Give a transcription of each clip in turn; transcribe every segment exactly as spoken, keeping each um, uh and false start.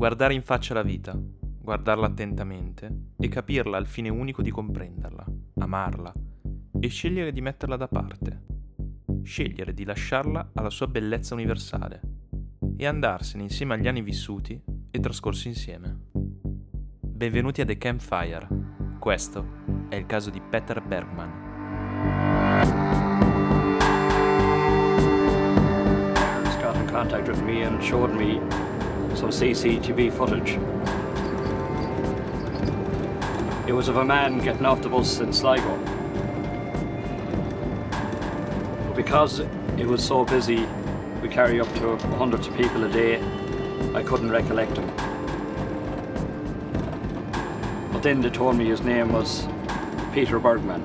Guardare in faccia la vita, guardarla attentamente e capirla al fine unico di comprenderla, amarla e scegliere di metterla da parte. Scegliere di lasciarla alla sua bellezza universale e andarsene insieme agli anni vissuti e trascorsi insieme. Benvenuti a The Campfire. Questo è il caso di Peter Bergman. Got in contact with me and showed me some C C T V footage. It was of a man getting off the bus in Sligo. But because it was so busy, we carry up to hundreds of people a day, I couldn't recollect him. But then they told me his name was Peter Bergman.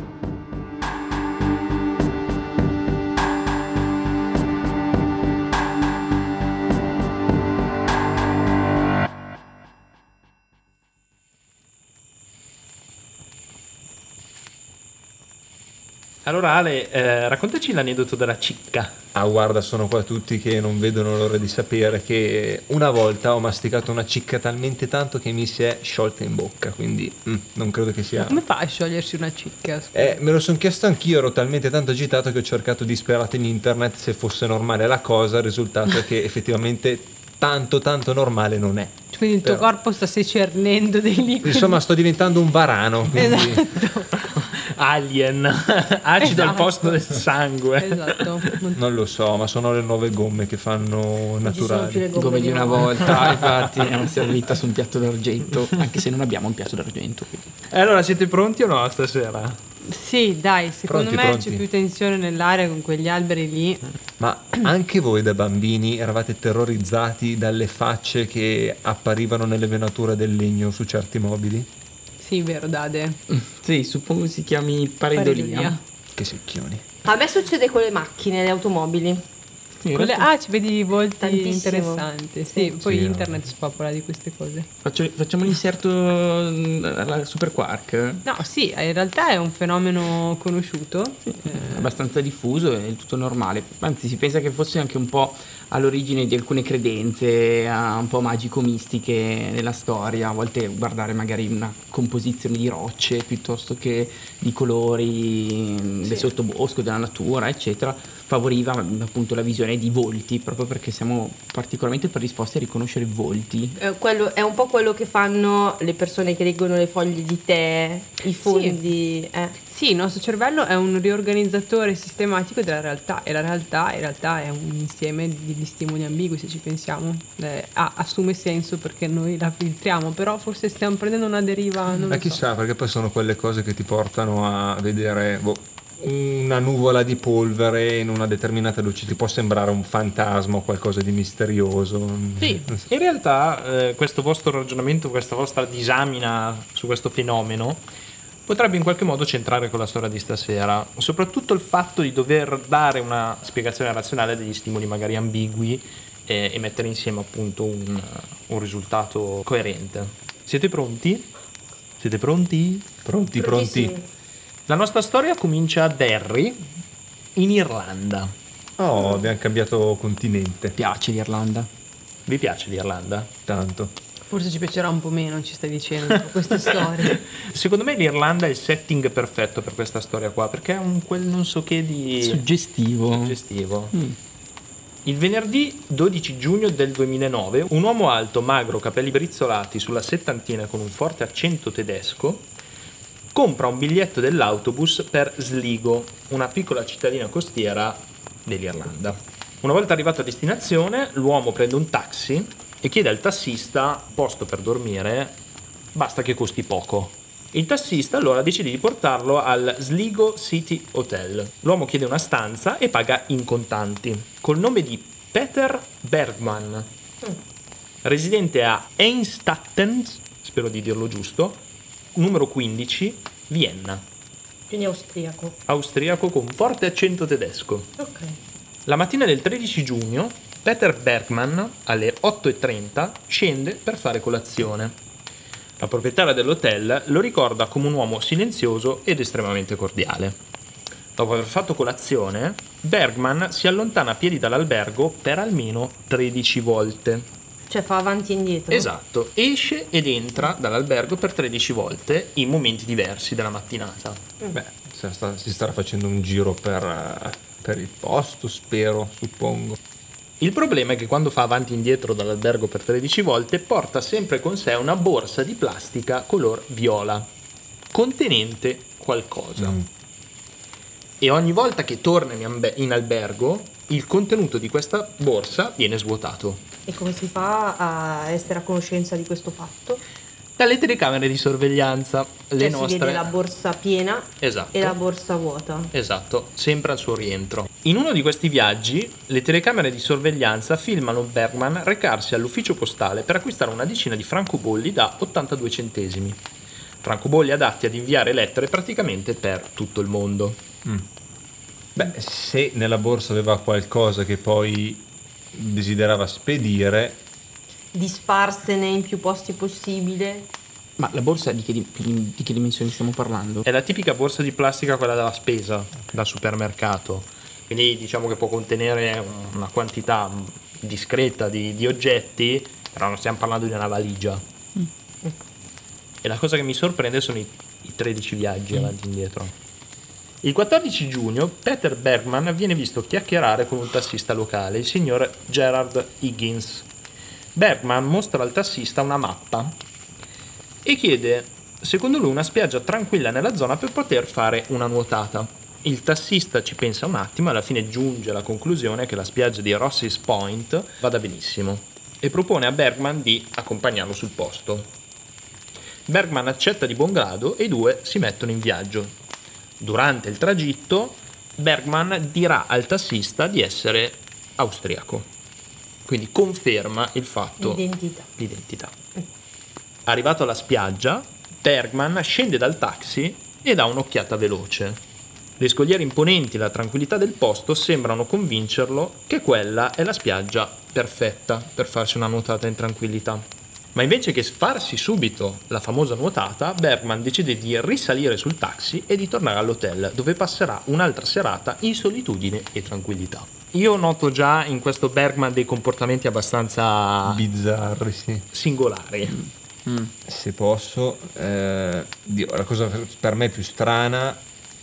Allora Ale, eh, raccontaci l'aneddoto della cicca. Ah guarda, sono qua tutti che non vedono l'ora di sapere che una volta ho masticato una cicca talmente tanto che mi si è sciolta in bocca, quindi mm, non credo che sia... Come fa a sciogliersi una cicca? Eh, me lo sono chiesto anch'io, ero talmente tanto agitato che ho cercato disperato in internet se fosse normale la cosa, il risultato è che effettivamente tanto tanto normale non è. Quindi il tuo Però... corpo sta secernendo dei liquidi. Insomma sto diventando un varano, quindi... Esatto. Alien, acido Esatto. al posto del sangue. Esatto. Non lo so, ma sono le nuove gomme che fanno naturali. Come di una volta, infatti è servita su un piatto d'argento, anche se non abbiamo un piatto d'argento. Quindi. E allora siete pronti o no stasera? Sì, dai, secondo Pronti, me pronti. c'è più tensione nell'aria con quegli alberi lì. Ma anche voi da bambini eravate terrorizzati dalle facce che apparivano nelle venature del legno su certi mobili? Sì, vero, Dade. Sì, suppongo si chiami pareidolia. Pareidolia. Che secchioni. A me succede con le macchine, le automobili. Sì, in Quelle- realtà ah, ci vedi i volti Tantissimo. interessanti. Sì, Sì. poi Sì, internet spopola di queste cose. faccio- facciamo l'inserto mm, alla Super Quark. No, sì, in realtà è un fenomeno conosciuto. Eh, Abbastanza diffuso, è tutto normale. Anzi, si pensa che fosse anche un po' all'origine di alcune credenze, ah, un po' magico-mistiche nella storia. A volte guardare magari una composizione di rocce piuttosto che di colori mm, del sottobosco, della natura, eccetera, favoriva mm, appunto la visione di volti, proprio perché siamo particolarmente predisposti a riconoscere volti. Eh, quello, è un po' quello che fanno le persone che leggono le foglie di tè, i fondi. Eh. Sì, il nostro cervello è un riorganizzatore sistematico della realtà e la realtà in realtà è un insieme di, di stimoli ambigui, se ci pensiamo. Eh, ah, assume senso perché noi la filtriamo, però forse stiamo prendendo una deriva, non Ma lo so. chissà, perché poi sono quelle cose che ti portano a vedere boh, una nuvola di polvere in una determinata luce, ti può sembrare un fantasma o qualcosa di misterioso. Sì, in realtà eh, questo vostro ragionamento, questa vostra disamina su questo fenomeno potrebbe in qualche modo centrare con la storia di stasera, soprattutto il fatto di dover dare una spiegazione razionale degli stimoli magari ambigui e, e mettere insieme appunto un, un risultato coerente. Siete pronti? Siete pronti? Pronti, Prontissimi. pronti. La nostra storia comincia a Derry, in Irlanda. Oh, abbiamo cambiato continente, Piace l'Irlanda. Vi piace l'Irlanda? tanto. Forse ci piacerà un po' meno, ci stai dicendo, queste storie. Secondo me l'Irlanda è il setting perfetto per questa storia qua, perché è un quel non so che di Suggestivo. suggestivo. Mm. Il venerdì dodici giugno del duemilanove, un uomo alto, magro, capelli brizzolati, sulla settantina con un forte accento tedesco, compra un biglietto dell'autobus per Sligo, una piccola cittadina costiera dell'Irlanda. Una volta arrivato a destinazione, l'uomo prende un taxi e chiede al tassista posto per dormire, basta che costi poco. Il tassista allora decide di portarlo al Sligo City Hotel. L'uomo chiede una stanza e paga in contanti, col nome di Peter Bergman, residente a Einstatten, spero di dirlo giusto, numero quindici, Vienna, Quindi austriaco. austriaco con forte accento tedesco. Ok. La mattina del tredici giugno, Peter Bergman, alle otto e trenta, scende per fare colazione. La proprietaria dell'hotel lo ricorda come un uomo silenzioso ed estremamente cordiale. Dopo aver fatto colazione, Bergman si allontana a piedi dall'albergo per almeno tredici volte. Cioè fa avanti e indietro. Esatto, esce ed entra dall'albergo per tredici volte in momenti diversi della mattinata. Beh, si sta- si starà facendo un giro per, eh, per il posto, spero, suppongo. Il problema è che quando fa avanti e indietro dall'albergo per tredici volte porta sempre con sé una borsa di plastica color viola, contenente qualcosa. Mm. E ogni volta che torna in ambe- in albergo, il contenuto di questa borsa viene svuotato. E come si fa a essere a conoscenza di questo fatto? Dalle telecamere di sorveglianza, le Cioè nostre... si vede la borsa piena Esatto. e la borsa vuota. Esatto, sempre al suo rientro. In uno di questi viaggi, le telecamere di sorveglianza filmano Bergman recarsi all'ufficio postale per acquistare una decina di francobolli da ottantadue centesimi. Francobolli adatti ad inviare lettere praticamente per tutto il mondo. Beh, se nella borsa aveva qualcosa che poi desiderava spedire, Disfarsene in più posti possibile. Ma la borsa di che, di, di che dimensioni stiamo parlando? È la tipica borsa di plastica, quella della spesa, da supermercato. Quindi diciamo che può contenere una quantità discreta di, di oggetti, però non stiamo parlando di una valigia. Mm. E la cosa che mi sorprende sono i, i tredici viaggi avanti e indietro. Il quattordici giugno Peter Bergman viene visto chiacchierare con un tassista locale, il signor Gerard Higgins. Bergman mostra al tassista una mappa e chiede, secondo lui, una spiaggia tranquilla nella zona per poter fare una nuotata. Il tassista ci pensa un attimo e alla fine giunge alla conclusione che la spiaggia di Ross's Point vada benissimo e propone a Bergman di accompagnarlo sul posto. Bergman accetta di buon grado e i due si mettono in viaggio. Durante il tragitto Bergman dirà al tassista di essere austriaco, quindi conferma il fatto, L'identità. l'identità. Arrivato alla spiaggia, Bergman scende dal taxi e dà un'occhiata veloce. Le scogliere imponenti e la tranquillità del posto sembrano convincerlo che quella è la spiaggia perfetta per farsi una nuotata in tranquillità. Ma invece che farsi subito la famosa nuotata, Bergman decide di risalire sul taxi e di tornare all'hotel, dove passerà un'altra serata in solitudine e tranquillità. Io noto già in questo Bergman dei comportamenti abbastanza bizzarri, sì. singolari. Mm. Se posso, eh, Dio, la cosa per me più strana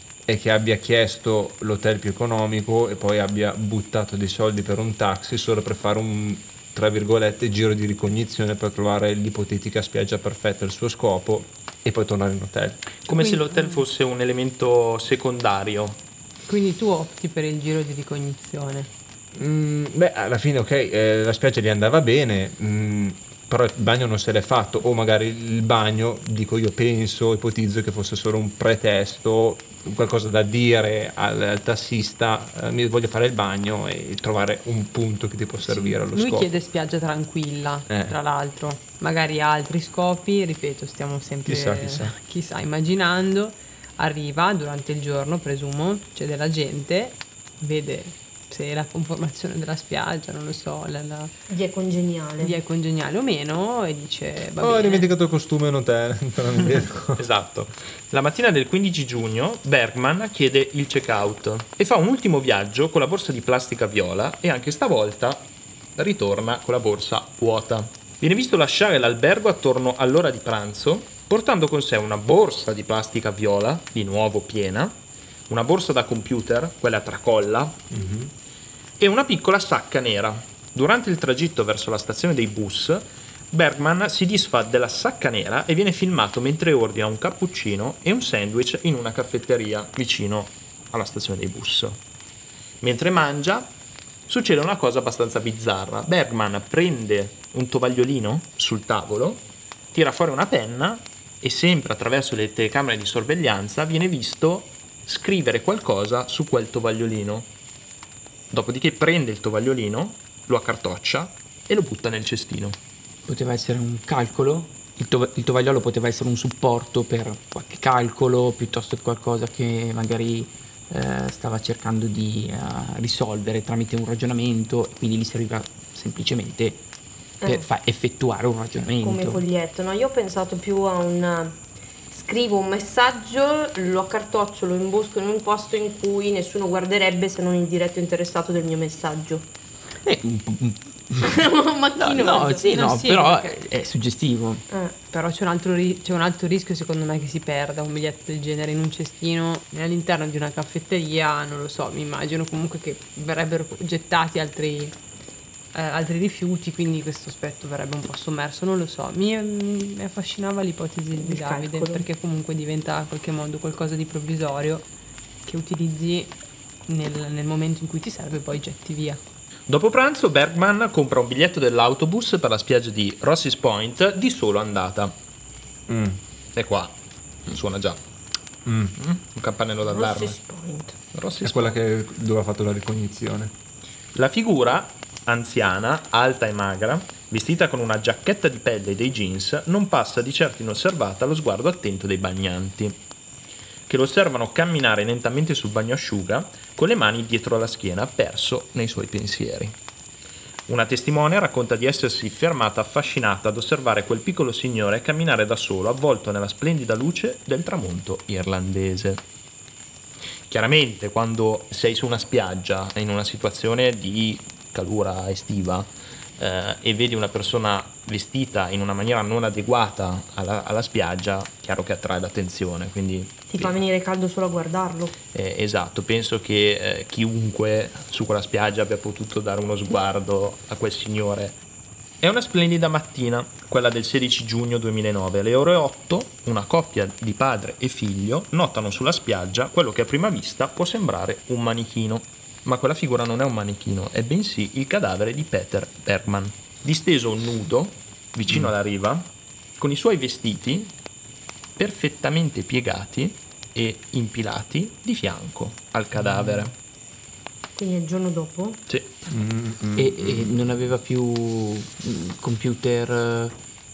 è che abbia chiesto l'hotel più economico e poi abbia buttato dei soldi per un taxi solo per fare un, tra virgolette, giro di ricognizione per trovare l'ipotetica spiaggia perfetta al suo scopo e poi tornare in hotel. Come se Quindi- l'hotel fosse un elemento secondario. Quindi tu opti per il giro di ricognizione. Mm, beh, alla fine ok, eh, la spiaggia gli andava bene, mm, però il bagno non se l'è fatto, o magari il bagno, dico io, penso, ipotizzo che fosse solo un pretesto, qualcosa da dire al, al tassista, eh, mi voglio fare il bagno e trovare un punto che ti può servire allo Lui scopo. chiede spiaggia tranquilla, Eh. tra l'altro. Magari ha altri scopi, ripeto, stiamo sempre Chissà, chissà. chissà, immaginando. Arriva durante il giorno, presumo, c'è della gente, vede se la conformazione della spiaggia, non lo so, la, la, Gli è congeniale. gli è congeniale o meno e dice va Oh, ho bene. dimenticato il costume in hotel, non vedo. Esatto. La mattina del quindici giugno Bergman chiede il check-out e fa un ultimo viaggio con la borsa di plastica viola e anche stavolta ritorna con la borsa vuota. Viene visto lasciare l'albergo attorno all'ora di pranzo, portando con sé una borsa di plastica viola, di nuovo piena, una borsa da computer, quella a tracolla, e una piccola sacca nera. Durante il tragitto verso la stazione dei bus, Bergman si disfa della sacca nera e viene filmato mentre ordina un cappuccino e un sandwich in una caffetteria vicino alla stazione dei bus. Mentre mangia, succede una cosa abbastanza bizzarra. Bergman prende un tovagliolino sul tavolo, tira fuori una penna e sempre attraverso le telecamere di sorveglianza viene visto scrivere qualcosa su quel tovagliolino. Dopodiché prende il tovagliolino, lo accartoccia e lo butta nel cestino. Poteva essere un calcolo, il, tov- il tovagliolo poteva essere un supporto per qualche calcolo piuttosto che qualcosa che magari eh, stava cercando di uh, risolvere tramite un ragionamento, quindi gli serviva semplicemente per Eh. fa- effettuare un ragionamento. Come foglietto, no? Io ho pensato più a un... Scrivo un messaggio, lo accartoccio, lo imbosco in un posto in cui nessuno guarderebbe se non il diretto interessato del mio messaggio. Eh, un po'- un- Un macchinoso. No, sì, No, no, sì, però perché- è suggestivo. Eh, però c'è un, altro ri- c'è un altro rischio secondo me che si perda un biglietto del genere in un cestino all'interno di una caffetteria, non lo so, mi immagino comunque che verrebbero gettati altri, eh, altri rifiuti, quindi questo aspetto verrebbe un po' sommerso, non lo so. Mi, mi affascinava l'ipotesi di Il Davide calcolo. perché comunque diventa in qualche modo qualcosa di provvisorio che utilizzi nel, nel momento in cui ti serve e poi getti via. Dopo pranzo Bergman compra un biglietto dell'autobus per la spiaggia di Ross's Point di solo andata. Mm. E qua suona già Mm. Mm? un campanello d'allarme. Ross's Point. Ross's È quella che dove ha fatto la ricognizione. La figura, anziana, alta e magra, vestita con una giacchetta di pelle e dei jeans, non passa di certo inosservata allo sguardo attento dei bagnanti, che lo osservano camminare lentamente sul bagnasciuga con le mani dietro la schiena, perso nei suoi pensieri. Una testimone racconta di essersi fermata affascinata ad osservare quel piccolo signore camminare da solo, avvolto nella splendida luce del tramonto irlandese. Chiaramente quando sei su una spiaggia in una situazione di calura estiva eh, e vedi una persona vestita in una maniera non adeguata alla, alla spiaggia, chiaro che attrae l'attenzione, quindi Ti fa venire caldo solo a guardarlo. eh, esatto, penso che eh, chiunque su quella spiaggia abbia potuto dare uno sguardo a quel signore. È una splendida mattina, quella del sedici giugno duemilanove. Alle ore otto, una coppia di padre e figlio notano sulla spiaggia quello che a prima vista può sembrare un manichino. Ma quella figura non è un manichino, è bensì il cadavere di Peter Bergman, disteso nudo, vicino alla riva, con i suoi vestiti perfettamente piegati e impilati di fianco al cadavere. Quindi il giorno dopo. Sì. E, e non aveva più mm, computer. eh,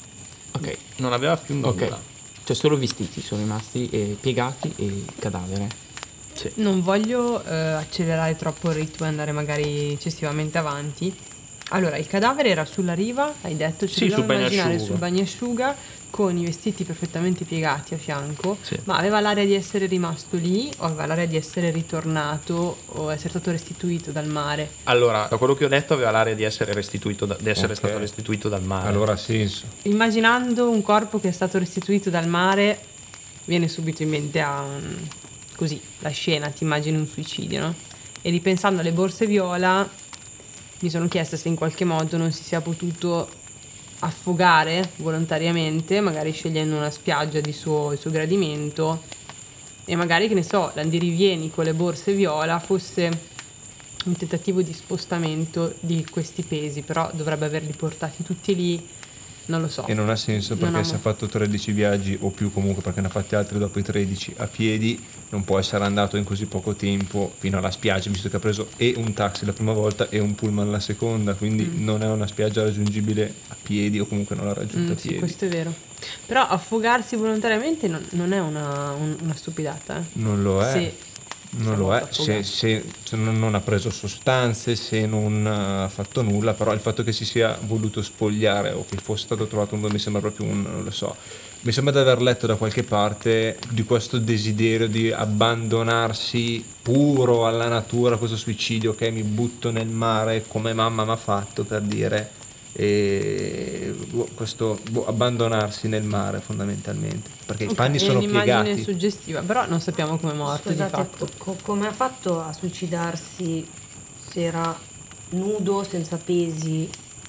Ok, Non aveva più nulla. ok. Cioè solo vestiti sono rimasti e piegati e cadavere. Sì. Non voglio eh, accelerare troppo il ritmo e andare magari eccessivamente avanti. Allora, il cadavere era sulla riva, hai detto, ci Sì, dobbiamo sul immaginare bagnasciuga. sul bagnasciuga con i vestiti perfettamente piegati a fianco, Sì. ma aveva l'aria di essere rimasto lì o aveva l'aria di essere ritornato o essere stato restituito dal mare? Allora, da quello che ho letto aveva l'aria di essere restituito da- di essere Ok. stato restituito dal mare. Allora ha senso. Immaginando un corpo che è stato restituito dal mare, viene subito in mente a un... così, la scena, ti immagini un suicidio, no? E ripensando alle borse viola, mi sono chiesta se in qualche modo non si sia potuto affogare volontariamente, magari scegliendo una spiaggia di suo, di suo gradimento, e magari, che ne so, l'andirivieni con le borse viola fosse un tentativo di spostamento di questi pesi, però dovrebbe averli portati tutti lì, non lo so. E non ha senso Non perché ha se mo- ha fatto tredici viaggi o più comunque, perché ne ha fatti altri dopo i tredici a piedi, non può essere andato in così poco tempo fino alla spiaggia, visto che ha preso e un taxi la prima volta e un pullman la seconda, quindi non è una spiaggia raggiungibile a piedi o comunque non l'ha raggiunta Mm, a sì, piedi. questo è vero. Però affogarsi volontariamente non, non è una, un- una stupidata. eh. Non lo è. Se Non si lo è è, molto se, affogato. se- se non, non ha preso sostanze, se non ha fatto nulla, però il fatto che si sia voluto spogliare o che fosse stato trovato un mi sembra proprio un, non lo so, mi sembra di aver letto da qualche parte di questo desiderio di abbandonarsi puro alla natura, questo suicidio che mi butto nel mare come mamma mi ha fatto, per dire, e boh, questo boh, abbandonarsi nel mare fondamentalmente, perché i Ok, panni è sono un'immagine piegati. suggestiva, però non sappiamo come è morto di Scusate, fatto. co- co- come ha fatto a suicidarsi se era nudo, senza pesi?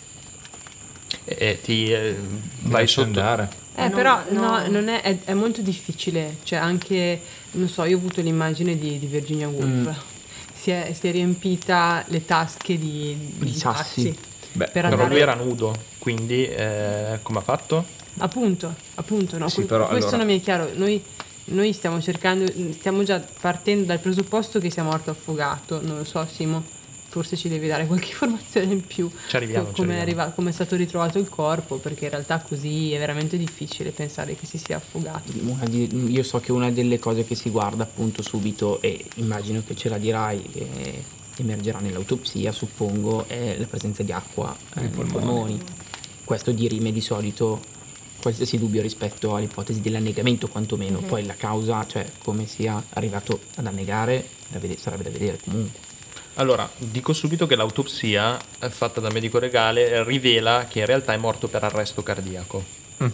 E, e ti eh, vai Lascia sotto. andare. Eh, No, però no. no, non è, è, è molto difficile, cioè anche, non so, io ho avuto l'immagine di, di Virginia Woolf, Mm. si, è, si è riempita le tasche di, Di sassi. Beh, per Però andare... lui era nudo, quindi eh, come ha fatto? Appunto, appunto, no, Sì, que- però questo allora- non mi è chiaro, noi, noi stiamo cercando, stiamo già partendo dal presupposto che sia morto affogato, non lo so Simo, forse ci devi dare qualche informazione in più. Ci arriviamo, Co- ci come, è arriviamo. arriva- come è stato ritrovato il corpo, perché in realtà così è veramente difficile pensare che si sia affogato. Una di- io so che una delle cose che si guarda appunto subito, e immagino che ce la dirai, che emergerà nell'autopsia, suppongo, è la presenza di acqua eh, nei polmoni. polmoni. Questo dirime di solito qualsiasi dubbio rispetto all'ipotesi dell'annegamento, quantomeno. Poi la causa, cioè come sia arrivato ad annegare, da vede- sarebbe da vedere comunque. Allora, dico subito che l'autopsia eh, fatta dal medico legale rivela che in realtà è morto per arresto cardiaco. Mm.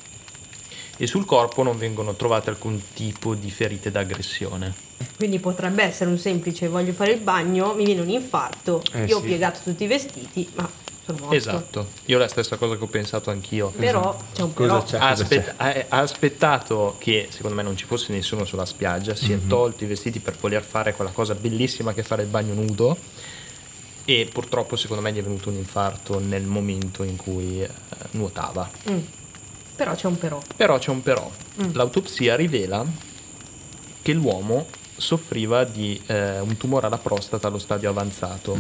E sul corpo non vengono trovate alcun tipo di ferite d'aggressione. Quindi potrebbe essere un semplice voglio fare il bagno, mi viene un infarto, Eh, io ho sì. piegato tutti i vestiti, ma sono morto. Esatto, io la stessa cosa che ho pensato anch'io. Però c'è un Cosa però. c'è? Ha, Cosa aspet- ha- ha aspettato che secondo me non ci fosse nessuno sulla spiaggia, si è tolto i vestiti per poter fare quella cosa bellissima che è fare il bagno nudo, e purtroppo secondo me gli è venuto un infarto nel momento in cui eh, nuotava. Mm. Però c'è un però. Però c'è un però. Mm. L'autopsia rivela che l'uomo soffriva di eh, un tumore alla prostata allo stadio avanzato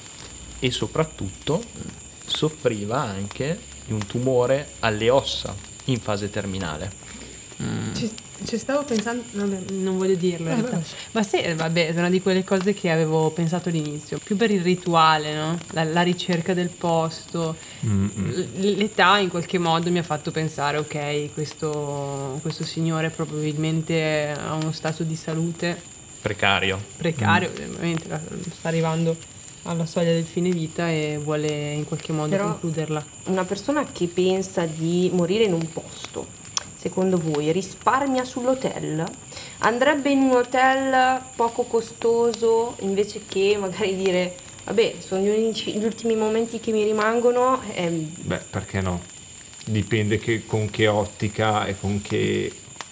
e soprattutto soffriva anche di un tumore alle ossa in fase terminale. Ci, ci stavo pensando, vabbè, non voglio dirlo in realtà. Ma sì, eh, vabbè, è una di quelle cose che avevo pensato all'inizio, più per il rituale, no? La, la ricerca del posto. L- L'età in qualche modo mi ha fatto pensare, ok, questo, questo signore probabilmente ha uno stato di salute Precario. precario, ovviamente la- sta arrivando alla soglia del fine vita e vuole in qualche modo Però- concluderla. Una persona che pensa di morire in un posto, secondo voi risparmia sull'hotel? Andrebbe in un hotel poco costoso invece che magari dire vabbè, sono gli, unici- gli ultimi momenti che mi rimangono, ehm, Beh, perché no? Dipende che, con che ottica e con che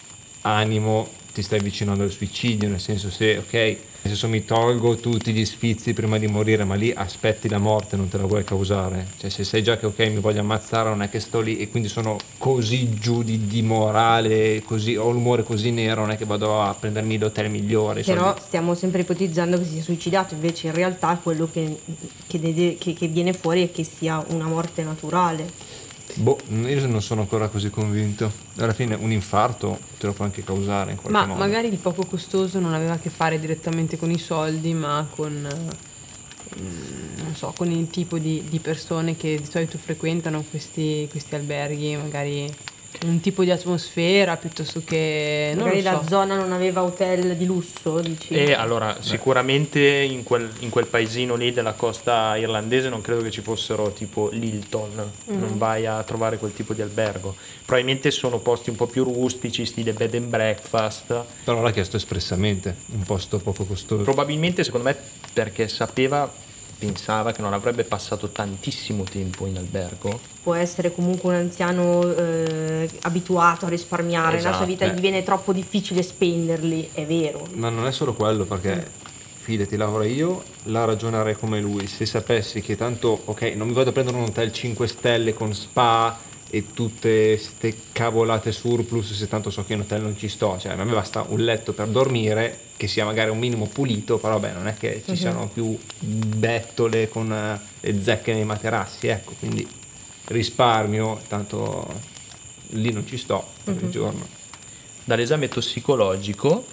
animo ti stai avvicinando al suicidio, nel senso se, ok, nel senso mi tolgo tutti gli sfizi prima di morire, ma lì aspetti la morte, non te la vuoi causare. Cioè se sai già che ok, mi voglio ammazzare, non è che sto lì e quindi sono così giù di, di morale, così, ho l'umore così nero, non è che vado a prendermi l'hotel migliore. però soldi- stiamo sempre ipotizzando che si sia suicidato, invece in realtà quello che, che, ne- che- che viene fuori è che sia una morte naturale. Boh, io non sono ancora così convinto. Alla fine un infarto te lo può anche causare in qualche Ma modo. magari il poco costoso non aveva a che fare direttamente con i soldi, ma con, eh, mm, non so, con il tipo di, di persone che di solito frequentano questi, questi alberghi, magari un tipo di atmosfera piuttosto che... non Magari lo la so. zona non aveva hotel di lusso, dici? E allora, sicuramente in quel, in quel paesino lì della costa irlandese non credo che ci fossero tipo l'Hilton, non vai a trovare quel tipo di albergo. Probabilmente sono posti un po' più rustici, stile bed and breakfast. Però l'ha chiesto espressamente, un posto poco costoso. Probabilmente, secondo me, perché sapeva, pensava che non avrebbe passato tantissimo tempo in albergo. Può essere comunque un anziano eh, abituato a risparmiare, nella sua Esatto, vita eh. gli viene troppo difficile spenderli, è vero. Ma non è solo quello, perché fidati, Laura, io la ragionerei come lui. Se sapessi che tanto, ok, non mi vado a prendere un hotel cinque stelle con spa e tutte ste cavolate surplus, se tanto so che in hotel non ci sto, cioè a me basta un letto per dormire che sia magari un minimo pulito, però vabbè, non è che ci siano più bettole con eh, le zecche nei materassi, ecco, quindi risparmio, tanto lì non ci sto per il giorno. Dall'esame tossicologico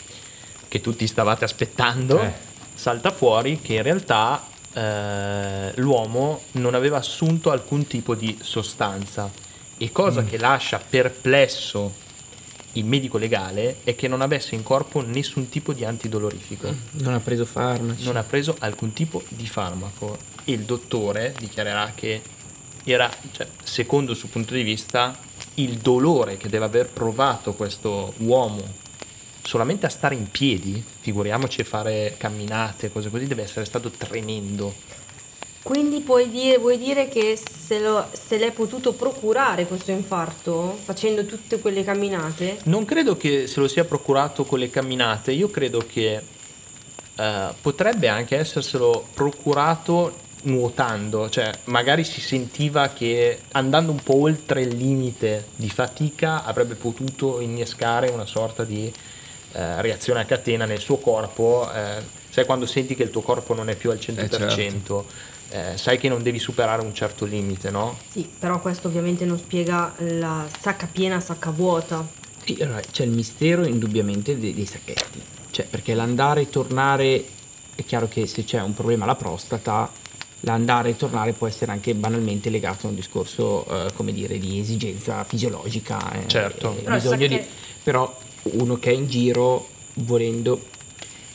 che tutti stavate aspettando, Eh. salta fuori che in realtà eh, l'uomo non aveva assunto alcun tipo di sostanza, e cosa che lascia perplesso il medico legale è che non avesse in corpo nessun tipo di antidolorifico, Non ha preso farmaci. non ha preso alcun tipo di farmaco, e il dottore dichiarerà che era, cioè, secondo il suo punto di vista, il dolore che deve aver provato questo uomo solamente a stare in piedi, figuriamoci a fare camminate, cose così, deve essere stato tremendo. Quindi puoi dire, vuoi dire che se, lo, se l'è potuto procurare questo infarto facendo tutte quelle camminate? Non credo che se lo sia procurato con le camminate, io credo che eh, potrebbe anche esserselo procurato nuotando, cioè magari si sentiva che andando un po' oltre il limite di fatica avrebbe potuto innescare una sorta di eh, reazione a catena nel suo corpo, eh, sai quando senti che il tuo corpo non è più al cento per cento, eh, sai che non devi superare un certo limite, no? Sì, però questo ovviamente non spiega la sacca piena, sacca vuota. E allora, c'è il mistero indubbiamente dei, dei sacchetti, cioè perché l'andare e tornare, è chiaro che se c'è un problema alla prostata, l'andare e tornare può essere anche banalmente legato a un discorso, eh, come dire, di esigenza fisiologica, eh, Certo. eh, Però bisogno sa di, che- però uno che è in giro volendo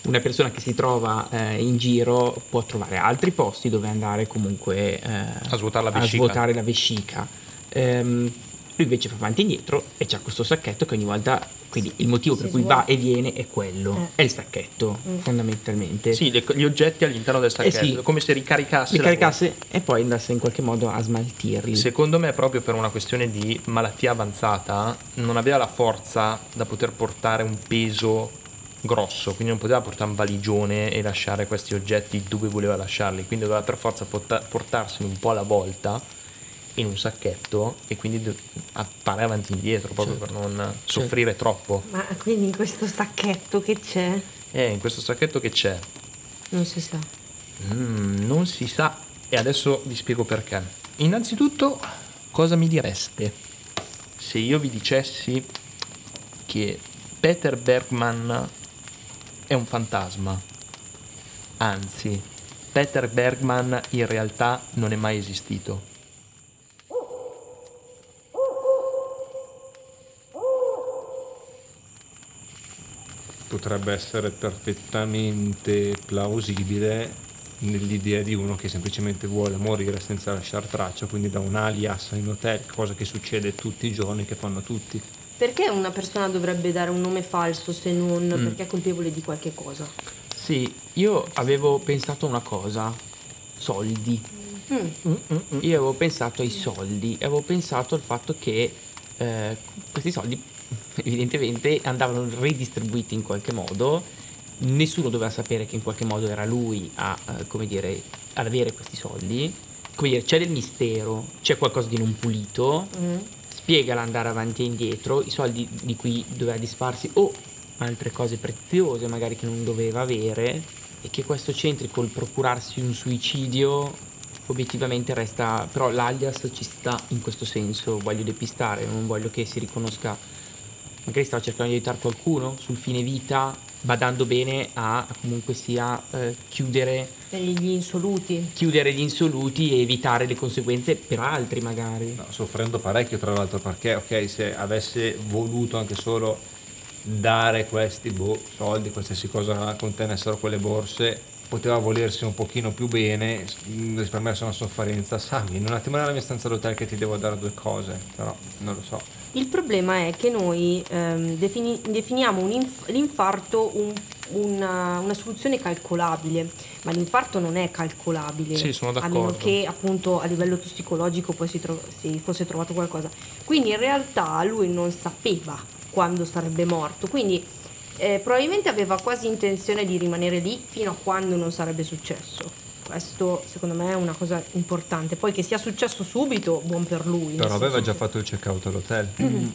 una persona che si trova eh, in giro può trovare altri posti dove andare comunque eh, A svuotare la a vescica. svuotare la vescica. Ehm, lui invece fa avanti e indietro e c'ha questo sacchetto che ogni volta, quindi il motivo Si per cui svuota. va e viene è quello, Eh. è il sacchetto Mm. fondamentalmente. Sì, le- gli oggetti all'interno del sacchetto, Eh sì. come se ricaricasse Li la caricasse e poi andasse in qualche modo a smaltirli. Secondo me, proprio per una questione di malattia avanzata, non aveva la forza da poter portare un peso grosso, quindi non poteva portare un valigione e lasciare questi oggetti dove voleva lasciarli, quindi doveva per forza porta- portarseli un po' alla volta in un sacchetto e quindi do- a- fare avanti e indietro proprio per non soffrire troppo. Ma quindi in questo sacchetto che c'è? E in questo sacchetto che c'è? Non si sa. Mm, non si sa e adesso vi spiego perché. Innanzitutto, cosa mi direste se io vi dicessi che Peter Bergman è un fantasma? Anzi, Peter Bergman in realtà non è mai esistito. Potrebbe essere perfettamente plausibile nell'idea di uno che semplicemente vuole morire senza lasciare traccia, quindi da un alias in hotel, cosa che succede tutti i giorni, che fanno tutti. Perché una persona dovrebbe dare un nome falso se non Mm. perché è colpevole di qualche cosa? Sì, io avevo pensato a una cosa, soldi. Mm. Io avevo pensato ai soldi, avevo pensato al fatto che eh, questi soldi evidentemente andavano ridistribuiti in qualche modo, nessuno doveva sapere che in qualche modo era lui a, eh, come dire, ad avere questi soldi, come dire, c'è del mistero, c'è qualcosa di non pulito, Mm. spiega l'andare avanti e indietro, i soldi di cui doveva disfarsi o altre cose preziose magari che non doveva avere, e che questo c'entri col procurarsi un suicidio obiettivamente resta, però l'alias ci sta in questo senso, voglio depistare, non voglio che si riconosca, magari stava cercando di aiutare qualcuno sul fine vita, badando bene a comunque sia eh, chiudere, Degli gli insoluti. chiudere gli insoluti e evitare le conseguenze per altri magari. No, soffrendo parecchio tra l'altro, perché ok, se avesse voluto anche solo dare questi boh, soldi, qualsiasi cosa contenessero quelle borse, poteva volersi un pochino più bene, mh, risparmiarsi una sofferenza, sa, vieni un attimo nella mia stanza d'hotel che ti devo dare due cose, però non lo so. Il problema è che noi ehm, defini- definiamo un inf- l'infarto un- una, una soluzione calcolabile, ma l'infarto non è calcolabile. Sì, sono A meno d'accordo. che appunto a livello tossicologico poi si, tro- si fosse trovato qualcosa. Quindi in realtà lui non sapeva quando sarebbe morto, quindi eh, probabilmente aveva quasi intenzione di rimanere lì fino a quando non sarebbe successo. Questo secondo me è una cosa importante. Poi che sia successo subito, buon per lui. nel Però aveva senso già che- fatto il check out all'hotel.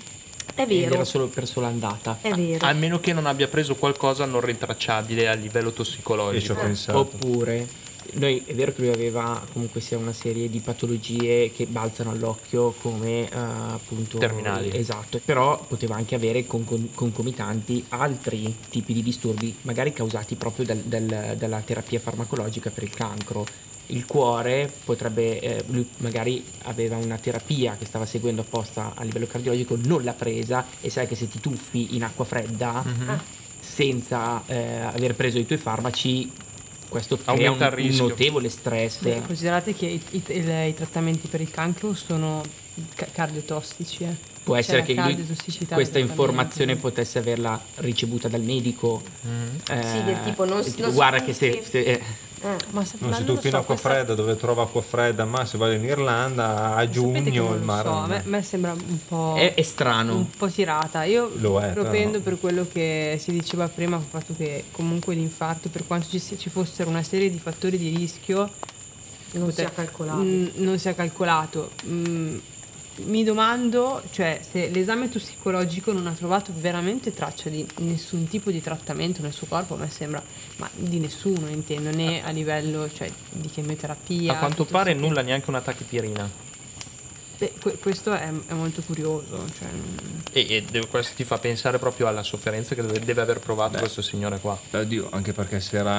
È Ed vero, era solo per sola andata. è vero. A meno che non abbia preso qualcosa non rintracciabile a livello E ci tossicologico. ho pensato. Oppure, noi è vero che lui aveva comunque sia una serie di patologie che balzano all'occhio come eh, appunto Terminali. Esatto, però poteva anche avere con- con- concomitanti altri tipi di disturbi, magari causati proprio dal- dal- dalla terapia farmacologica per il cancro. Il cuore potrebbe, eh, lui magari aveva una terapia che stava seguendo apposta a livello cardiologico, non l'ha presa, e sai che se ti tuffi in acqua fredda Mhm. senza eh, aver preso i tuoi farmaci, questo crea un, Aumenta il un rischio. notevole stress. Beh, considerate che i, i- il- i trattamenti per il cancro sono ca- cardiotossici. Eh. Può C'è essere la che lui cardiotossicità questa del informazione trattamento. potesse averla ricevuta dal medico. Mm. Sì, del tipo, non- tipo, non si guarda che se, tuffi. se- eh, Eh, Ma, se- Non ma si non lo tuffi in so, acqua questa- fredda, dove trova acqua fredda, ma se vado in Irlanda a sapete che giugno non il lo mare so, non a me, è. a me sembra un po', è, è strano. un po' tirata. Io Lo è, propendo però. per quello che si diceva prima, il fatto che comunque l'infarto, per quanto ci, si- ci fossero una serie di fattori di rischio, non pote- sia calcolato. mm, non sia calcolato. Mm, mi domando, cioè, se l'esame tossicologico non ha trovato veramente traccia di nessun tipo di trattamento nel suo corpo, a me sembra, ma di nessuno intendo, né a livello, cioè, di chemioterapia. A quanto piuttosto pare che- nulla, neanche una tachipirina. Beh, que- questo è, è molto curioso, cioè, mm, E, e de- questo ti fa pensare proprio alla sofferenza che deve, deve aver provato Beh. questo signore qua. Oddio, anche perché se era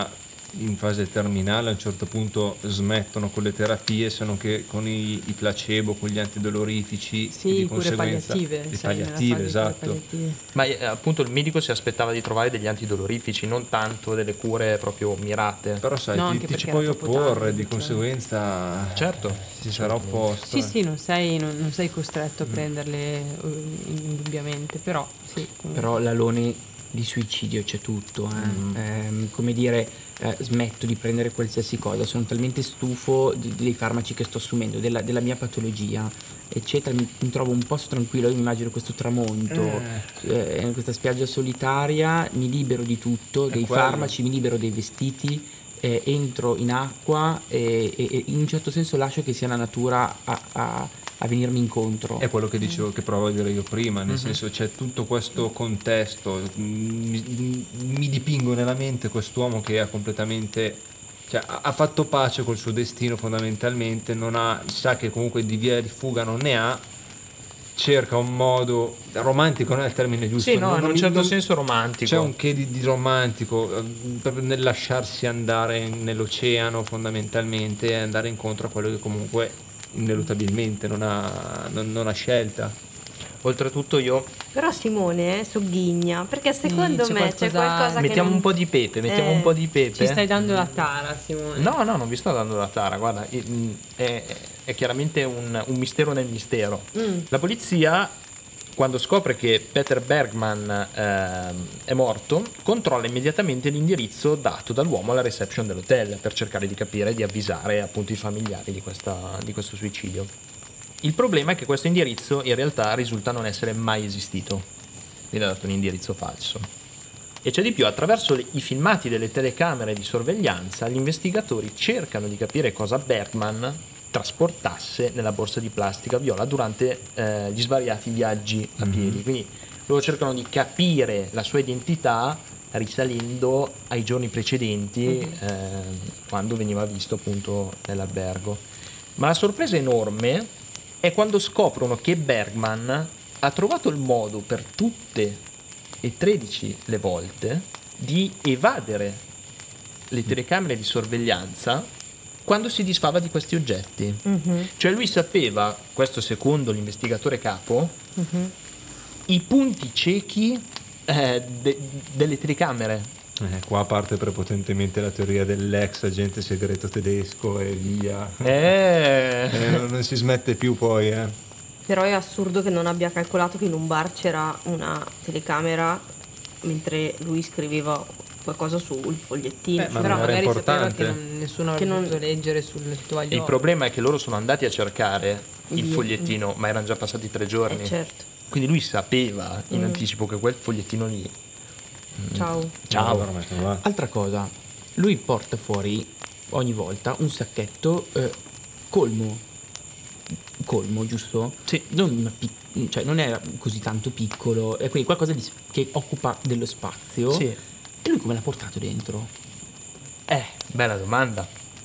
in fase terminale a un certo punto smettono con le terapie, se non che con i, i placebo, con gli antidolorifici, Sì, e di cure conseguenza palliative. le sei nella palliative, fase di cure esatto. palliative. Ma eh, appunto il medico si aspettava di trovare degli antidolorifici, non tanto delle cure proprio mirate. Però sai, No, ti, anche ti ci perché puoi era troppo opporre, tardi, di cioè. conseguenza Certo. si sarà opposto. Sì, sì, non sei, non, non sei costretto a Mm. prenderle eh, indubbiamente, però sì. comunque. Però l'alone di suicidio c'è tutto, eh. Mm. Ehm, come dire, eh, smetto di prendere qualsiasi cosa, sono talmente stufo di- dei farmaci che sto assumendo, della, della mia patologia, eccetera, mi, mi trovo un posto tranquillo, io mi immagino questo tramonto, eh, in questa spiaggia solitaria, mi libero di tutto, È dei quello. farmaci, mi libero dei vestiti, eh, entro in acqua e, e- e in un certo senso lascio che sia la natura a, a- a venirmi incontro. È quello che dicevo, che provo a dire io prima, nel Mhm. senso c'è tutto questo contesto, mi, mi dipingo nella mente quest'uomo che ha completamente, cioè ha ha fatto pace col suo destino fondamentalmente, non ha, sa che comunque di via di fuga non ne ha, cerca un modo, romantico non è il termine giusto, Sì, no, non- in non un mi- certo non- senso romantico. c'è un che di, di romantico eh, proprio nel lasciarsi andare nell'oceano fondamentalmente e andare incontro a quello che comunque ineluttabilmente non ha, non, non ha scelta. Oltretutto io Però Simone eh, sogghigna, perché secondo c'è me c'è qualcosa- qualcosa che mettiamo non... un po' di pepe, mettiamo Eh, un po' di pepe. Ci stai dando la tara, Simone. No, no, non vi sto dando la tara, guarda, i- è, è chiaramente un, un mistero nel mistero. Mm. La polizia, quando scopre che Peter Bergman ehm, è morto, controlla immediatamente l'indirizzo dato dall'uomo alla reception dell'hotel per cercare di capire e di avvisare appunto i familiari di, questa, di questo suicidio. Il problema è che questo indirizzo in realtà risulta non essere mai esistito, quindi ha dato un indirizzo falso. E c'è di più, attraverso le- i filmati delle telecamere di sorveglianza, gli investigatori cercano di capire cosa Bergman trasportasse nella borsa di plastica viola durante eh, gli svariati viaggi a piedi. Quindi loro cercano di capire la sua identità risalendo ai giorni precedenti, eh, quando veniva visto appunto nell'albergo. Ma la sorpresa enorme è quando scoprono che Bergman ha trovato il modo per tutte e tredici le volte di evadere le telecamere di sorveglianza quando si disfava di questi oggetti. Mhm, Cioè lui sapeva, questo secondo l'investigatore capo, mhm. i punti ciechi eh, de- delle telecamere. Eh, qua parte prepotentemente la teoria dell'ex agente segreto tedesco e via. Eh... Eh, non, non si smette più poi, eh. Però è assurdo che non abbia calcolato che in un bar c'era una telecamera mentre lui scriveva qualcosa sul fogliettino. Eh, ma Però non era magari sapeva importante. che non- nessuno Che avrebbe non- potuto leggere sul tovagliolo. Il problema è che loro sono andati a cercare il Via. fogliettino, ma erano già passati tre giorni. Eh, certo. Quindi lui sapeva in Mm. anticipo che quel fogliettino lì. Ciao. Ciao. Allora, mettono là. Altra cosa, lui porta fuori ogni volta un sacchetto eh, colmo, colmo, giusto? Sì. Non, pic- cioè, non è così tanto piccolo, è quindi qualcosa di, che occupa dello spazio. Sì. E lui come l'ha portato dentro? Eh, bella domanda.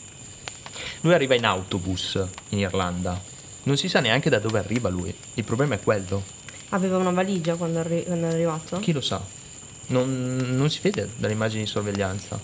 Lui arriva in autobus in Irlanda. Non si sa neanche da dove arriva lui. Il problema è quello. Aveva una valigia quando, arri- quando è arrivato? Chi lo sa? Non, non si vede dalle immagini di sorveglianza.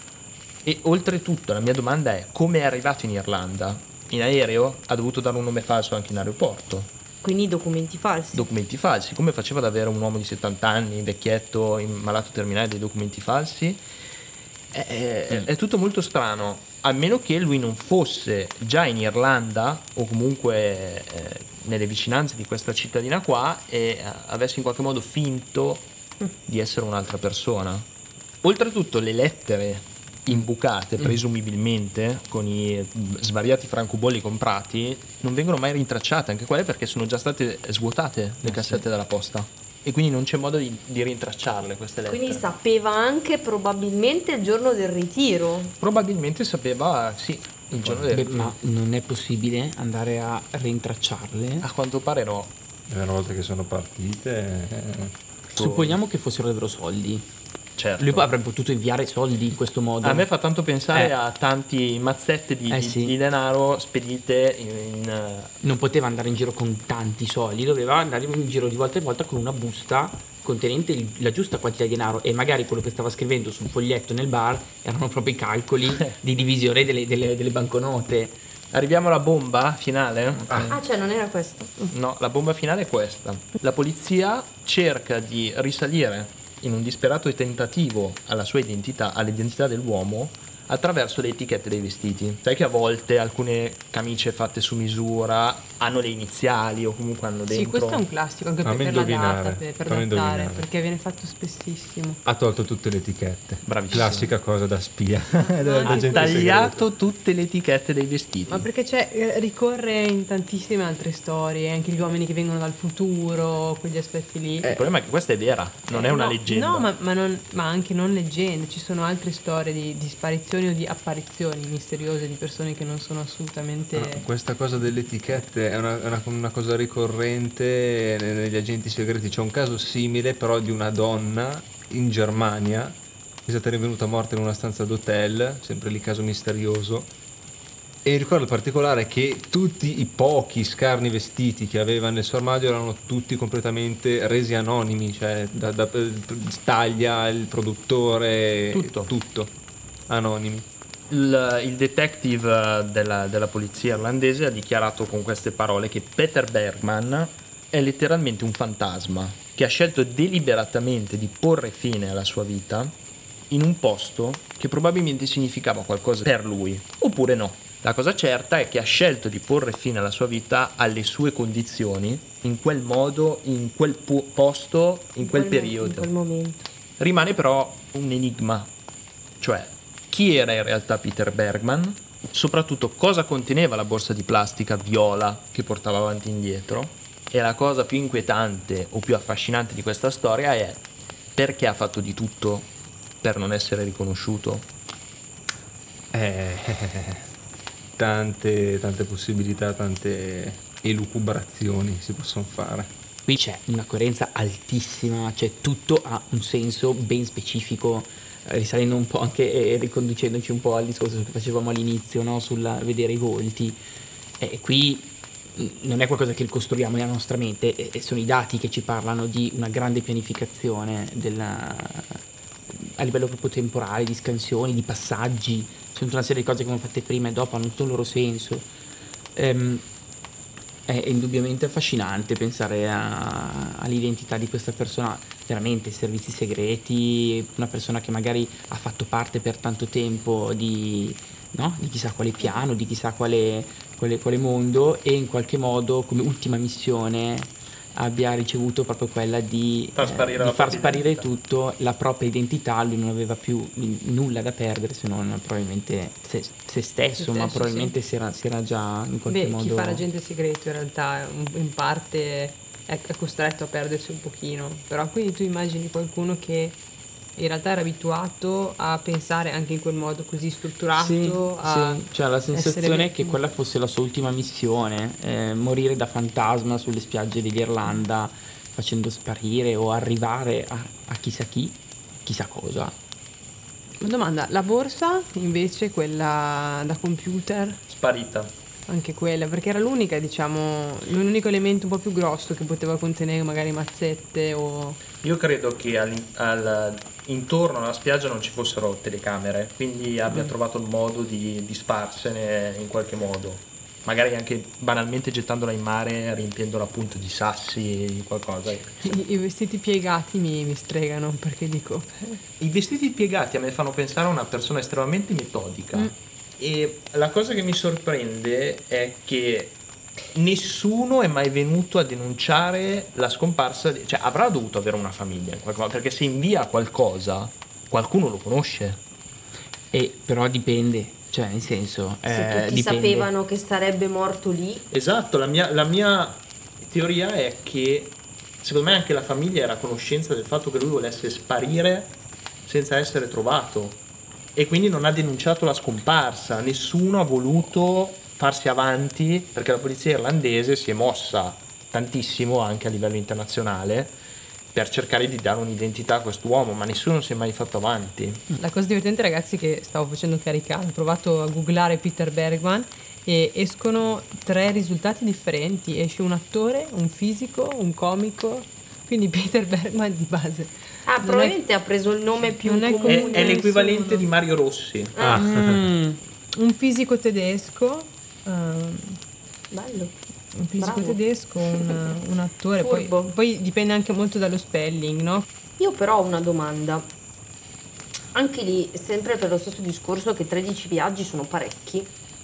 E oltretutto la mia domanda è come è arrivato in Irlanda? In aereo? Ha dovuto dare un nome falso anche in aeroporto. Quindi documenti falsi. Documenti falsi. Come faceva ad avere un uomo di settanta anni, vecchietto, in malato terminale, dei documenti falsi? È, è- è tutto molto strano. A meno che lui non fosse già in Irlanda o comunque eh, nelle vicinanze di questa cittadina qua e eh, avesse in qualche modo finto di essere un'altra persona. Oltretutto le lettere imbucate presumibilmente con i mm, svariati francobolli comprati non vengono mai rintracciate, anche quelle perché sono già state svuotate le cassette della posta e quindi non c'è modo di, di rintracciarle queste lettere. Quindi sapeva anche probabilmente il giorno del ritiro. Probabilmente sapeva, sì, il giorno del... Beh, ma non è possibile andare a rintracciarle? A quanto pare no. E una volta che sono partite, eh, Supponiamo che fossero davvero soldi. Certo. Lui poi avrebbe potuto inviare soldi in questo modo. A me fa tanto pensare Eh. a tanti mazzette di, Eh, di- sì. di denaro spedite in... eh, Non poteva andare in giro con tanti soldi, doveva andare in giro di volta in volta con una busta contenente il- la giusta quantità di denaro, e magari quello che stava scrivendo sul foglietto nel bar erano proprio i calcoli di divisione delle, delle- delle banconote. Arriviamo alla bomba finale? Ah, cioè non era questo. No, la bomba finale è questa. La polizia cerca di risalire in un disperato tentativo alla sua identità, all'identità dell'uomo, attraverso le etichette dei vestiti. Sai che a volte alcune camicie fatte su misura hanno le iniziali o comunque hanno dentro... Sì, questo è un classico anche per, Fammi per la indovinare, data, per, per fammi datare, indovinare. perché viene fatto spessissimo. Ha tolto tutte le etichette. Bravissimo. Classica cosa da spia. anche Della Ha gente tagliato tutte le etichette dei vestiti. Ma perché c'è, eh, ricorre in tantissime altre storie, anche gli uomini che vengono dal futuro, quegli aspetti lì. Il problema è che questa è vera, non è una No, leggenda. No, ma, ma non- ma anche non leggende, ci sono altre storie di, di sparizioni o di apparizioni misteriose di persone che non sono assolutamente... No, questa cosa delle etichette è una, è una- una cosa ricorrente ne- negli agenti segreti. C'è un caso simile però di una donna in Germania che è stata rinvenuta morta in una stanza d'hotel, sempre lì caso misterioso. E ricordo in particolare che tutti i pochi scarni vestiti che aveva nel suo armadio erano tutti completamente resi anonimi, cioè da, da- taglia, il produttore, Tutto. tutto anonimi. Il, il detective della, della polizia irlandese ha dichiarato con queste parole che Peter Bergman è letteralmente un fantasma che ha scelto deliberatamente di porre fine alla sua vita in un posto che probabilmente significava qualcosa per lui, oppure no. La cosa certa è che ha scelto di porre fine alla sua vita alle sue condizioni, in quel modo, in quel pu- posto, in quel mo- periodo. In quel momento. Rimane però un enigma, cioè chi era in realtà Peter Bergman, soprattutto cosa conteneva la borsa di plastica viola che portava avanti e indietro, e la cosa più inquietante o più affascinante di questa storia è perché ha fatto di tutto per non essere riconosciuto. Eh, tante, tante possibilità, tante elucubrazioni si possono fare. Qui c'è una coerenza altissima, cioè tutto ha un senso ben specifico, eh, risalendo un po' anche e riconducendoci un po' al discorso che facevamo all'inizio, no? Sul vedere i volti. E qui mh, non è qualcosa che costruiamo nella nostra mente, e, e sono i dati che ci parlano di una grande pianificazione della, a livello proprio temporale, di scansioni, di passaggi. C'è tutta una serie di cose che abbiamo fatte prima e dopo, hanno tutto il loro senso. Ehm, È indubbiamente affascinante pensare a- all'identità di questa persona, veramente servizi segreti, una persona che magari ha fatto parte per tanto tempo di, no? di chissà quale piano, di chissà quale, quale, quale mondo, e in qualche modo come ultima missione abbia ricevuto proprio quella di Far sparire di la far propria sparire identità. tutto, la propria identità. Lui non aveva più n- nulla da perdere se non probabilmente se, se stesso, Se ma stesso, probabilmente si, era, si era già in qualche Beh, modo... chi fa l'agente segreto in realtà un- in parte è, è costretto a perdersi un pochino, però quindi tu immagini qualcuno che in realtà era abituato a pensare anche in quel modo così strutturato, Sì, a sì, cioè la sensazione essere- è che quella fosse la sua ultima missione, eh, morire da fantasma sulle spiagge dell'Irlanda facendo sparire o arrivare a, a chissà chi, chissà cosa. Una domanda, la borsa invece, quella da computer, Sparita. anche quella, perché era l'unica, diciamo, l'unico elemento un po' più grosso che poteva contenere magari mazzette o... Io credo che al- al- intorno alla spiaggia non ci fossero telecamere, quindi abbia Mm. trovato il modo di disfarsene in qualche modo. Magari anche banalmente gettandola in mare, riempiendola appunto di sassi, di qualcosa. I, i vestiti piegati mi, mi stregano, perché dico... eh, I vestiti piegati a me fanno pensare a una persona estremamente metodica. Mm. E la cosa che mi sorprende è che nessuno è mai venuto a denunciare la scomparsa di... cioè avrà dovuto avere una famiglia in qualche modo, perché se invia qualcosa qualcuno lo conosce. E però dipende, cioè nel senso... Se eh, tutti dipende. sapevano che sarebbe morto lì, Esatto, la mia, la mia teoria è che secondo me anche la famiglia era a conoscenza del fatto che lui volesse sparire senza essere trovato e quindi non ha denunciato la scomparsa. Nessuno ha voluto farsi avanti, perché la polizia irlandese si è mossa tantissimo anche a livello internazionale per cercare di dare un'identità a quest'uomo, ma nessuno si è mai fatto avanti. La cosa divertente, ragazzi, è che stavo facendo caricare, ho provato a googlare Peter Bergman e escono tre risultati differenti. Esce un attore, un fisico, un comico, Quindi Peter Bergman di base. Ah, Non probabilmente ha preso il nome più non è comune. comune. È, è l'equivalente nessuno. di Mario Rossi. Ah. Mm. Un fisico tedesco, ehm, Bello. un fisico Bravo. tedesco, un, un attore, poi, Furbo. poi dipende anche molto dallo spelling, no? Io però ho una domanda. Anche lì, sempre per lo stesso discorso che tredici viaggi sono parecchi,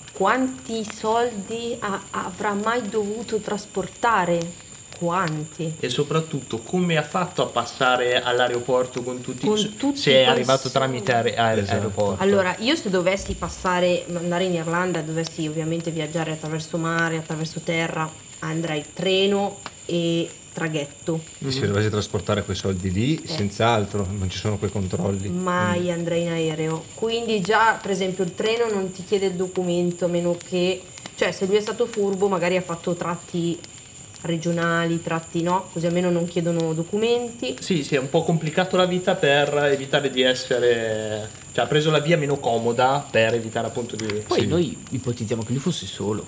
quanti soldi ha- avrà mai dovuto trasportare? Quanti? E soprattutto come ha fatto a passare all'aeroporto con tutti, Con se- tutti se è quei arrivato soldi. tramite aer- aer- Esatto. aeroporto. Allora, io se dovessi passare, andare in Irlanda, dovessi ovviamente viaggiare attraverso mare, attraverso terra, andrei treno e traghetto. Se dovessi trasportare quei soldi lì, senz'altro, non ci sono quei controlli. Mai andrei in aereo. Quindi già, per esempio, il treno non ti chiede il documento, a meno che... Cioè, se lui è stato furbo, magari ha fatto tratti regionali, tratti no, così almeno non chiedono documenti. Sì, sì, è un po' complicato la vita per evitare di essere... Cioè ha preso la via meno comoda per evitare appunto di... Poi Sì. noi ipotizziamo che lui fosse solo.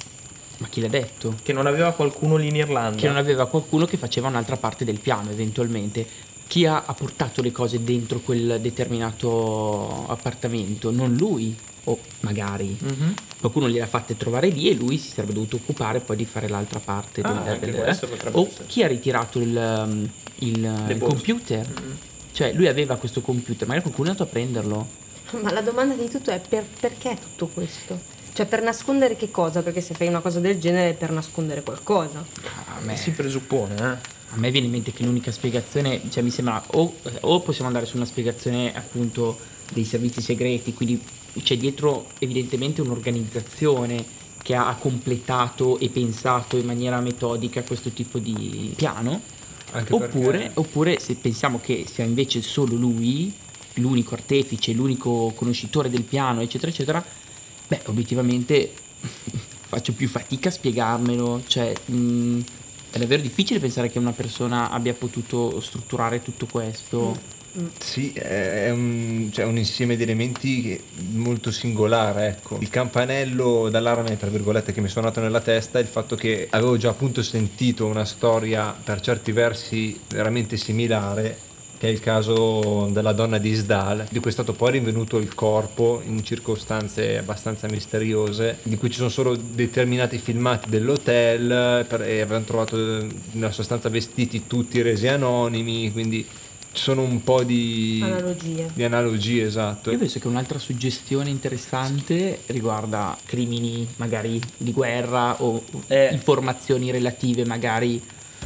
Ma chi l'ha detto? Che non aveva qualcuno lì in Irlanda. Che non aveva qualcuno che faceva un'altra parte del piano eventualmente. Chi ha, ha portato le cose dentro quel determinato appartamento? Non lui, o magari Mhm. qualcuno gliel'ha fatte trovare lì e lui si sarebbe dovuto occupare poi di fare l'altra parte Ah, del, anche del- questo potrebbe o essere. chi ha ritirato il, um, il, Le il borse. computer. Mhm. Cioè lui aveva questo computer, magari qualcuno è andato a prenderlo. Ma la domanda di tutto è per, perché tutto questo? Cioè, per nascondere che cosa? Perché se fai una cosa del genere è per nascondere qualcosa. A me, Si presuppone, eh. a me viene in mente che l'unica spiegazione, cioè mi sembra, o, o possiamo andare su una spiegazione appunto dei servizi segreti, quindi c'è dietro evidentemente un'organizzazione che ha completato e pensato in maniera metodica questo tipo di piano, Anche oppure, perché- oppure se pensiamo che sia invece solo lui, l'unico artefice, l'unico conoscitore del piano, eccetera, eccetera, beh, obiettivamente faccio più fatica a spiegarmelo, cioè mh, è davvero difficile pensare che una persona abbia potuto strutturare tutto questo. Sì, è un, cioè, un insieme di elementi che- molto singolare, ecco. Il campanello d'allarme, tra virgolette, che mi è suonato nella testa è il fatto che avevo già appunto sentito una storia per certi versi veramente similare, che è il caso della donna di Isdal, di cui è stato poi rinvenuto il corpo in circostanze abbastanza misteriose, di cui ci sono solo determinati filmati dell'hotel per- e avevano trovato nella sostanza vestiti tutti resi anonimi, quindi ci sono un po' di Analogie. di analogie, esatto. Io penso che un'altra suggestione interessante riguarda crimini magari di guerra o Eh. informazioni relative magari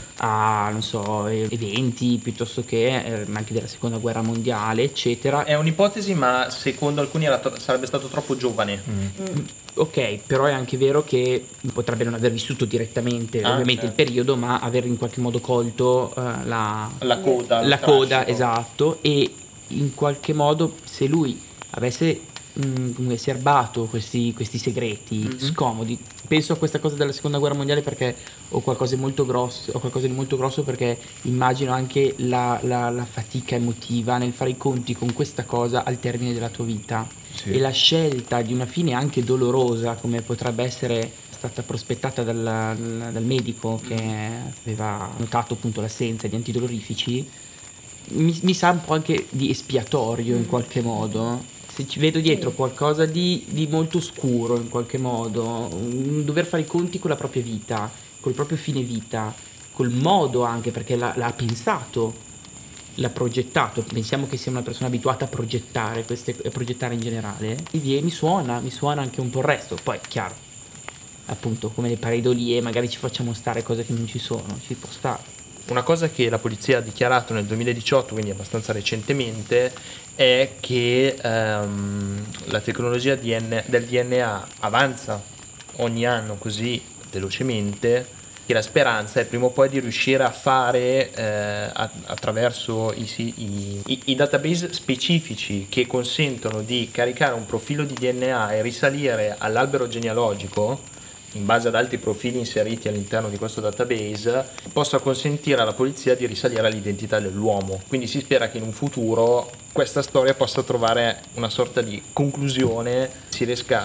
a, non so, e- eventi piuttosto che eh, anche della seconda guerra mondiale, eccetera. È un'ipotesi, ma secondo alcuni era tro- sarebbe stato troppo giovane. Ok, però è anche vero che potrebbe non aver vissuto direttamente Ah, ovviamente certo. il periodo, ma aver in qualche modo colto eh, la, La coda. la il coda, trascino. esatto, e in qualche modo se lui avesse mh, come serbato questi, questi segreti Mhm. scomodi, penso a questa cosa della seconda guerra mondiale perché ho qualcosa di molto grosso, ho qualcosa di molto grosso perché immagino anche la, la- la fatica emotiva nel fare i conti con questa cosa al termine della tua vita. Sì. E la scelta di una fine anche dolorosa come potrebbe essere stata prospettata dal, dal medico che aveva notato appunto l'assenza di antidolorifici mi, mi sa un po' anche di espiatorio in qualche modo. Se ci vedo dietro qualcosa di, di molto scuro in qualche modo, un dover fare i conti con la propria vita, col proprio fine vita, col modo anche perché l'ha, l'ha pensato, l'ha progettato. Pensiamo che sia una persona abituata a progettare, queste, a progettare in generale. E vie- mi suona, mi suona anche un po' il resto. Poi, chiaro, appunto, come le pareidolie, magari ci facciamo stare cose che non ci sono, ci può stare. Una cosa che la polizia ha dichiarato nel duemiladiciotto, quindi abbastanza recentemente, è che ehm, la tecnologia D N del D N A avanza ogni anno così velocemente che la speranza è prima o poi di riuscire a fare eh, a- attraverso i, si- i- i- i database specifici che consentono di caricare un profilo di D N A e risalire all'albero genealogico in base ad altri profili inseriti all'interno di questo database, possa consentire alla polizia di risalire all'identità dell'uomo. Quindi si spera che in un futuro questa storia possa trovare una sorta di conclusione, si riesca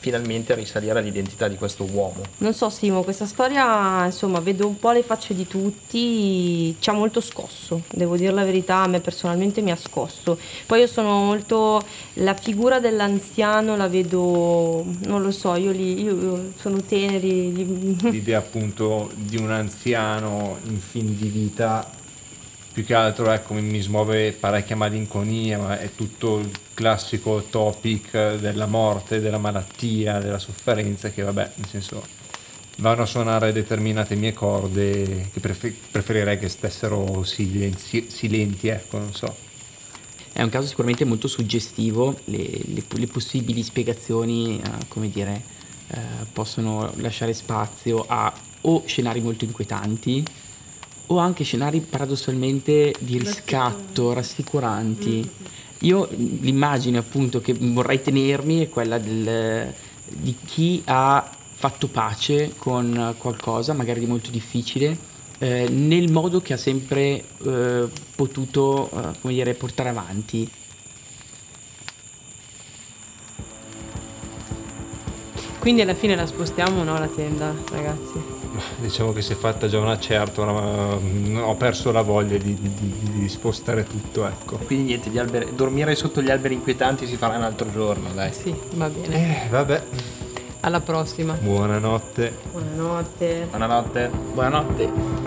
finalmente risalire all'identità di questo uomo. Non so Simo, questa storia, insomma, vedo un po' le facce di tutti, ci ha molto scosso, devo dire la verità, a me personalmente mi ha scosso. Poi io sono molto, la figura dell'anziano la vedo, non lo so, io, li, io sono teneri. Li... L'idea appunto di un anziano in fin di vita, più che altro ecco mi, mi smuove parecchia malinconia, ma è tutto il classico topic della morte, della malattia, della sofferenza, che vabbè, nel senso vanno a suonare determinate mie corde che prefer- preferirei che stessero silenzi- silenti, ecco, non so. È un caso sicuramente molto suggestivo, le, le, le possibili spiegazioni, eh, come dire, eh, possono lasciare spazio a o scenari molto inquietanti o anche scenari paradossalmente di riscatto, rassicuranti. Mm-hmm. Io l'immagine appunto che vorrei tenermi è quella del, di chi ha fatto pace con qualcosa magari di molto difficile, eh, nel modo che ha sempre eh, potuto eh, come dire, portare avanti. Quindi alla fine la spostiamo, no, la tenda, ragazzi? Diciamo che si è fatta già una certa, ma ho perso la voglia di, di, di, di spostare tutto, ecco. Quindi niente, gli alberi, dormire sotto gli alberi inquietanti si farà un altro giorno, dai. Sì, va bene. Eh, vabbè. Alla prossima. Buonanotte. Buonanotte. Buonanotte. Buonanotte.